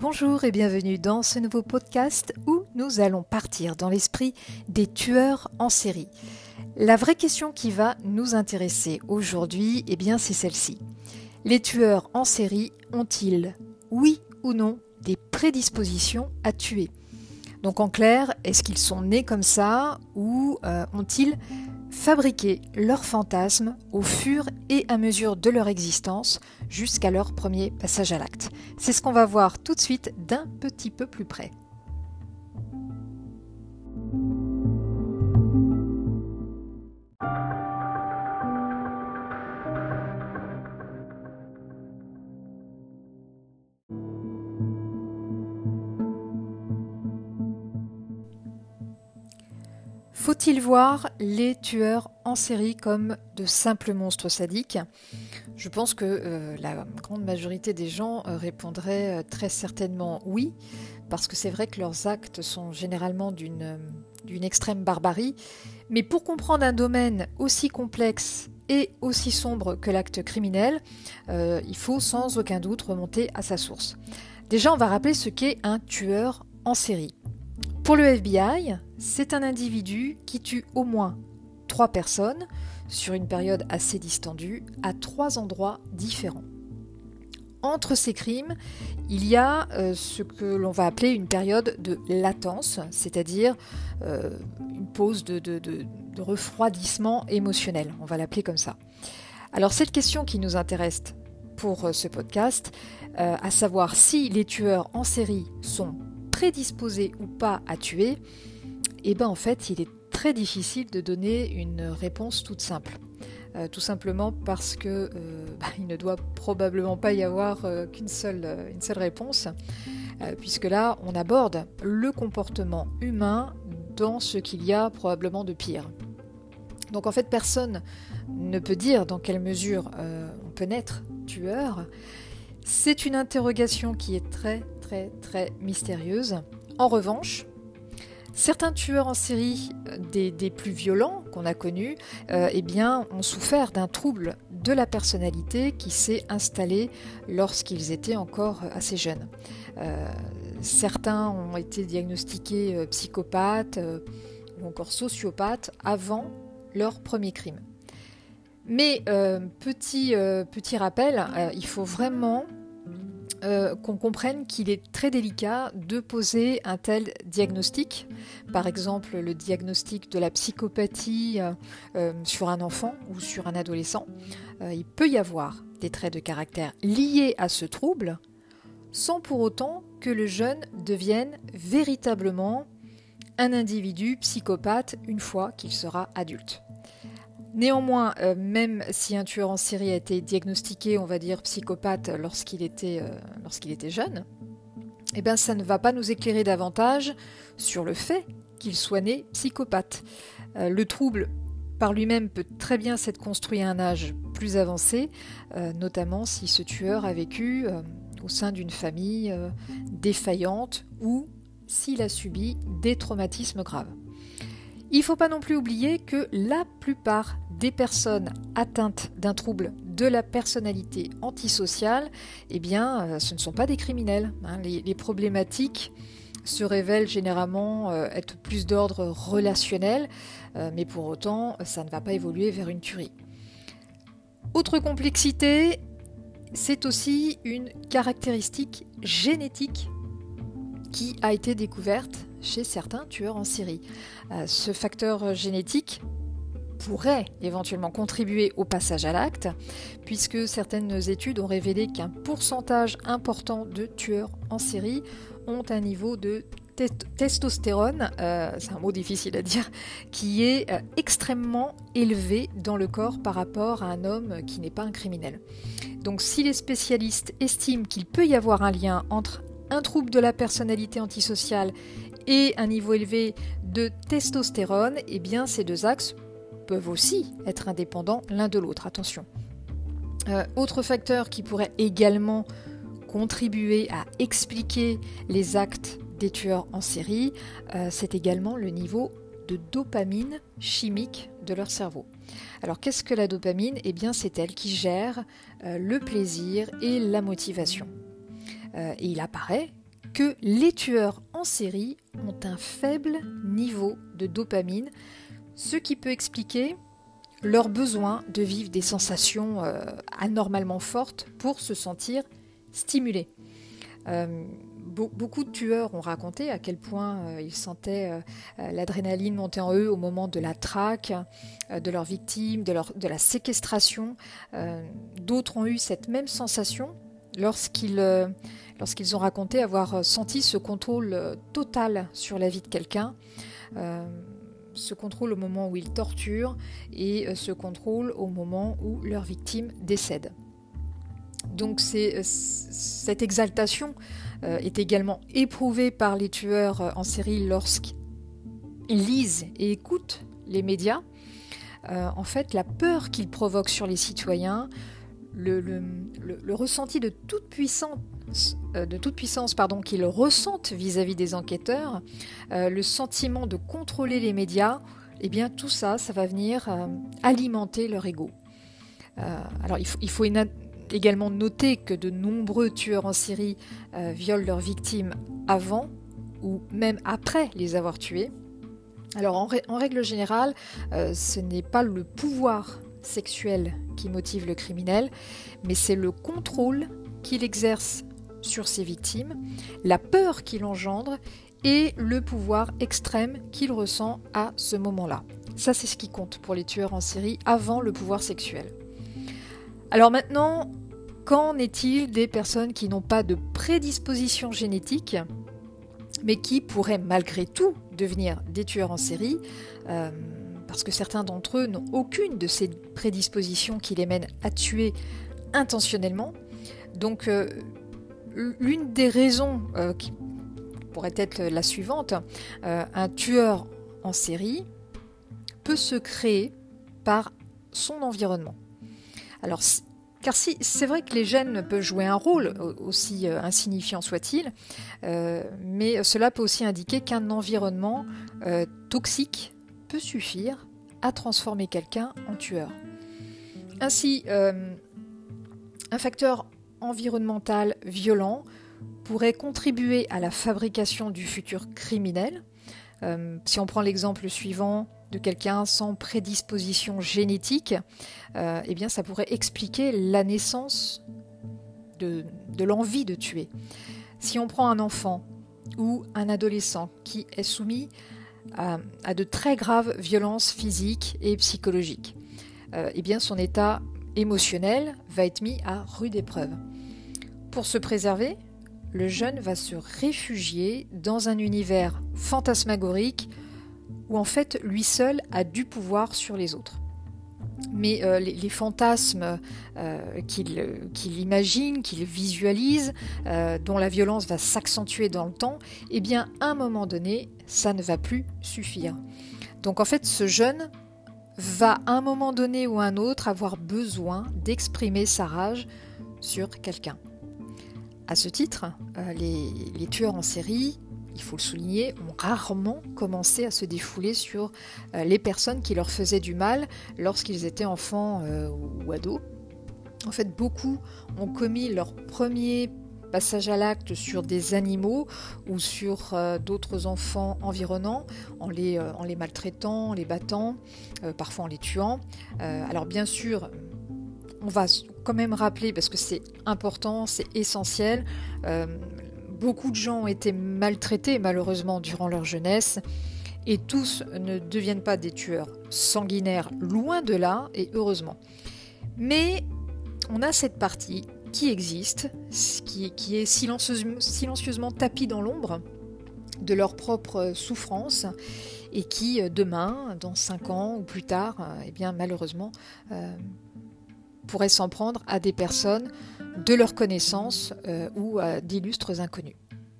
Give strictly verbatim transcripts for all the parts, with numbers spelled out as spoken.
Bonjour et bienvenue dans ce nouveau podcast où nous allons partir dans l'esprit des tueurs en série. La vraie question qui va nous intéresser aujourd'hui, eh bien, c'est celle-ci. Les tueurs en série ont-ils, oui ou non, des prédispositions à tuer ? Donc en clair, est-ce qu'ils sont nés comme ça ou euh, ont-ils fabriqué leurs fantasmes au fur et à mesure de leur existence jusqu'à leur premier passage à l'acte ? C'est ce qu'on va voir tout de suite d'un petit peu plus près. Faut-il voir les tueurs en série comme de simples monstres sadiques ? Je pense que euh, la grande majorité des gens euh, répondraient euh, très certainement oui, parce que c'est vrai que leurs actes sont généralement d'une, euh, d'une extrême barbarie. Mais pour comprendre un domaine aussi complexe et aussi sombre que l'acte criminel, euh, il faut sans aucun doute remonter à sa source. Déjà, on va rappeler ce qu'est un tueur en série. Pour le F B I, c'est un individu qui tue au moins trois personnes sur une période assez distendue à trois endroits différents. Entre ces crimes, il y a euh, ce que l'on va appeler une période de latence, c'est-à-dire euh, une pause de, de, de, de refroidissement émotionnel, on va l'appeler comme ça. Alors cette question qui nous intéresse pour euh, ce podcast, euh, à savoir si les tueurs en série sont prédisposés ou pas à tuer, eh ben en fait il est très difficile de donner une réponse toute simple. Euh, tout simplement parce que euh, bah, il ne doit probablement pas y avoir euh, qu'une seule, euh, une seule réponse, euh, puisque là on aborde le comportement humain dans ce qu'il y a probablement de pire. Donc en fait personne ne peut dire dans quelle mesure euh, on peut naître tueur. C'est une interrogation qui est très très très mystérieuse. En revanche, certains tueurs en série, des, des plus violents qu'on a connus, euh, eh bien, ont souffert d'un trouble de la personnalité qui s'est installé lorsqu'ils étaient encore assez jeunes. Euh, certains ont été diagnostiqués euh, psychopathes euh, ou encore sociopathes avant leur premier crime. Mais euh, petit, euh, petit rappel, euh, il faut vraiment euh, qu'on comprenne qu'il est très délicat de poser un tel diagnostic. Par exemple, le diagnostic de la psychopathie euh, euh, sur un enfant ou sur un adolescent. Euh, il peut y avoir des traits de caractère liés à ce trouble, sans pour autant que le jeune devienne véritablement un individu psychopathe une fois qu'il sera adulte. Néanmoins, euh, même si un tueur en série a été diagnostiqué, on va dire, psychopathe lorsqu'il était, euh, lorsqu'il était jeune, eh ben, ça ne va pas nous éclairer davantage sur le fait qu'il soit né psychopathe. Euh, le trouble par lui-même peut très bien s'être construit à un âge plus avancé, euh, notamment si ce tueur a vécu euh, au sein d'une famille euh, défaillante ou s'il a subi des traumatismes graves. Il ne faut pas non plus oublier que la plupart des personnes atteintes d'un trouble de la personnalité antisociale, eh bien, euh, ce ne sont pas des criminels. Hein. Les, les problématiques se révèlent généralement euh, être plus d'ordre relationnel, euh, mais pour autant, ça ne va pas évoluer vers une tuerie. Autre complexité, c'est aussi une caractéristique génétique qui a été découverte chez certains tueurs en série. Euh, ce facteur génétique pourrait éventuellement contribuer au passage à l'acte, puisque certaines études ont révélé qu'un pourcentage important de tueurs en série ont un niveau de te- testostérone, euh, c'est un mot difficile à dire, qui est euh, extrêmement élevé dans le corps par rapport à un homme qui n'est pas un criminel. Donc si les spécialistes estiment qu'il peut y avoir un lien entre un trouble de la personnalité antisociale et un niveau élevé de testostérone, eh bien ces deux axes peuvent aussi être indépendants l'un de l'autre, attention. Euh, autre facteur qui pourrait également contribuer à expliquer les actes des tueurs en série, euh, c'est également le niveau de dopamine chimique de leur cerveau. Alors qu'est-ce que la dopamine ? Eh bien c'est elle qui gère euh, le plaisir et la motivation. Euh, et il apparaît que les tueurs en série ont un faible niveau de dopamine, ce qui peut expliquer leur besoin de vivre des sensations euh, anormalement fortes pour se sentir stimulés. Euh, be- beaucoup de tueurs ont raconté à quel point euh, ils sentaient euh, l'adrénaline monter en eux au moment de la traque euh, de leurs victimes, de, leur, de la séquestration. Euh, d'autres ont eu cette même sensation lorsqu'ils, euh, lorsqu'ils ont raconté avoir senti ce contrôle euh, total sur la vie de quelqu'un. Euh, ce contrôle au moment où ils torturent et ce contrôle au moment où leur victime décède. Donc c'est, cette exaltation euh, est également éprouvée par les tueurs en série lorsqu'ils lisent et écoutent les médias. Euh, en fait, la peur qu'ils provoquent sur les citoyens, le, le, le, le ressenti de toute puissance de toute puissance pardon, qu'ils ressentent vis-à-vis des enquêteurs, euh, le sentiment de contrôler les médias, eh bien tout ça, ça va venir euh, alimenter leur ego. Euh, alors il faut, il faut également noter que de nombreux tueurs en série euh, violent leurs victimes avant ou même après les avoir tuées. Alors en, en règle générale, euh, ce n'est pas le pouvoir sexuel qui motive le criminel, mais c'est le contrôle qu'il exerce sur ses victimes, la peur qu'il engendre et le pouvoir extrême qu'il ressent à ce moment-là. Ça, c'est ce qui compte pour les tueurs en série avant le pouvoir sexuel. Alors maintenant, qu'en est-il des personnes qui n'ont pas de prédisposition génétique, mais qui pourraient malgré tout devenir des tueurs en série, euh, parce que certains d'entre eux n'ont aucune de ces prédispositions qui les mènent à tuer intentionnellement. Donc, euh, l'une des raisons euh, qui pourrait être la suivante, euh, un tueur en série peut se créer par son environnement. Alors, car si, c'est vrai que les gènes peuvent jouer un rôle, aussi euh, insignifiant soit-il, euh, mais cela peut aussi indiquer qu'un environnement euh, toxique peut suffire à transformer quelqu'un en tueur. Ainsi, euh, un facteur environnemental violent pourrait contribuer à la fabrication du futur criminel. Euh, si on prend l'exemple suivant de quelqu'un sans prédisposition génétique, euh, eh bien ça pourrait expliquer la naissance de, de l'envie de tuer. Si on prend un enfant ou un adolescent qui est soumis à, à de très graves violences physiques et psychologiques, euh, eh bien son état émotionnel va être mis à rude épreuve. Pour se préserver, le jeune va se réfugier dans un univers fantasmagorique où en fait lui seul a du pouvoir sur les autres. Mais euh, les, les fantasmes euh, qu'il, qu'il imagine, qu'il visualise, euh, dont la violence va s'accentuer dans le temps, eh bien à un moment donné, ça ne va plus suffire. Donc en fait, ce jeune va à un moment donné ou à un autre avoir besoin d'exprimer sa rage sur quelqu'un. À ce titre, euh, les, les tueurs en série, il faut le souligner, ont rarement commencé à se défouler sur euh, les personnes qui leur faisaient du mal lorsqu'ils étaient enfants euh, ou ados. En fait, beaucoup ont commis leur premier passage à l'acte sur des animaux ou sur euh, d'autres enfants environnants, en les, euh, en les maltraitant, en les battant, euh, parfois en les tuant. Euh, alors bien sûr, on va quand même rappeler, parce que c'est important, c'est essentiel, euh, beaucoup de gens ont été maltraités malheureusement durant leur jeunesse, et tous ne deviennent pas des tueurs sanguinaires, loin de là, et heureusement. Mais on a cette partie qui existe, qui, qui est silencieusement, silencieusement tapie dans l'ombre de leur propre souffrance, et qui demain, dans cinq ans ou plus tard, eh bien malheureusement, euh, pourrait s'en prendre à des personnes de leur connaissance euh, ou à d'illustres inconnus.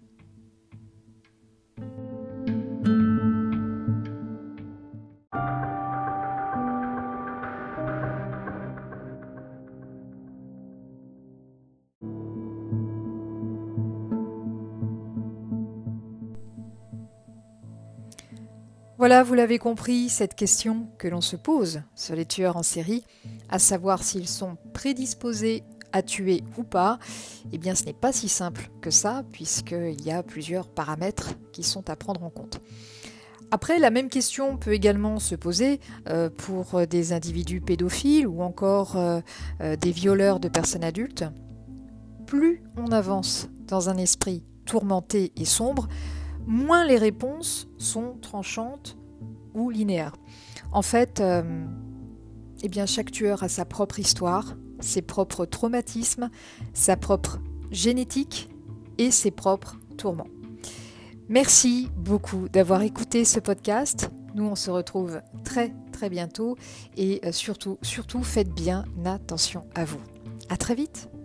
Voilà, vous l'avez compris, cette question que l'on se pose sur les tueurs en série, à savoir s'ils sont prédisposés à tuer ou pas, eh bien ce n'est pas si simple que ça, puisqu'il y a plusieurs paramètres qui sont à prendre en compte. Après, la même question peut également se poser euh, pour des individus pédophiles ou encore euh, euh, des violeurs de personnes adultes. Plus on avance dans un esprit tourmenté et sombre, moins les réponses sont tranchantes ou linéaires. En fait, euh, eh bien, chaque tueur a sa propre histoire, ses propres traumatismes, sa propre génétique et ses propres tourments. Merci beaucoup d'avoir écouté ce podcast. Nous, on se retrouve très très bientôt et surtout, surtout, faites bien attention à vous. À très vite.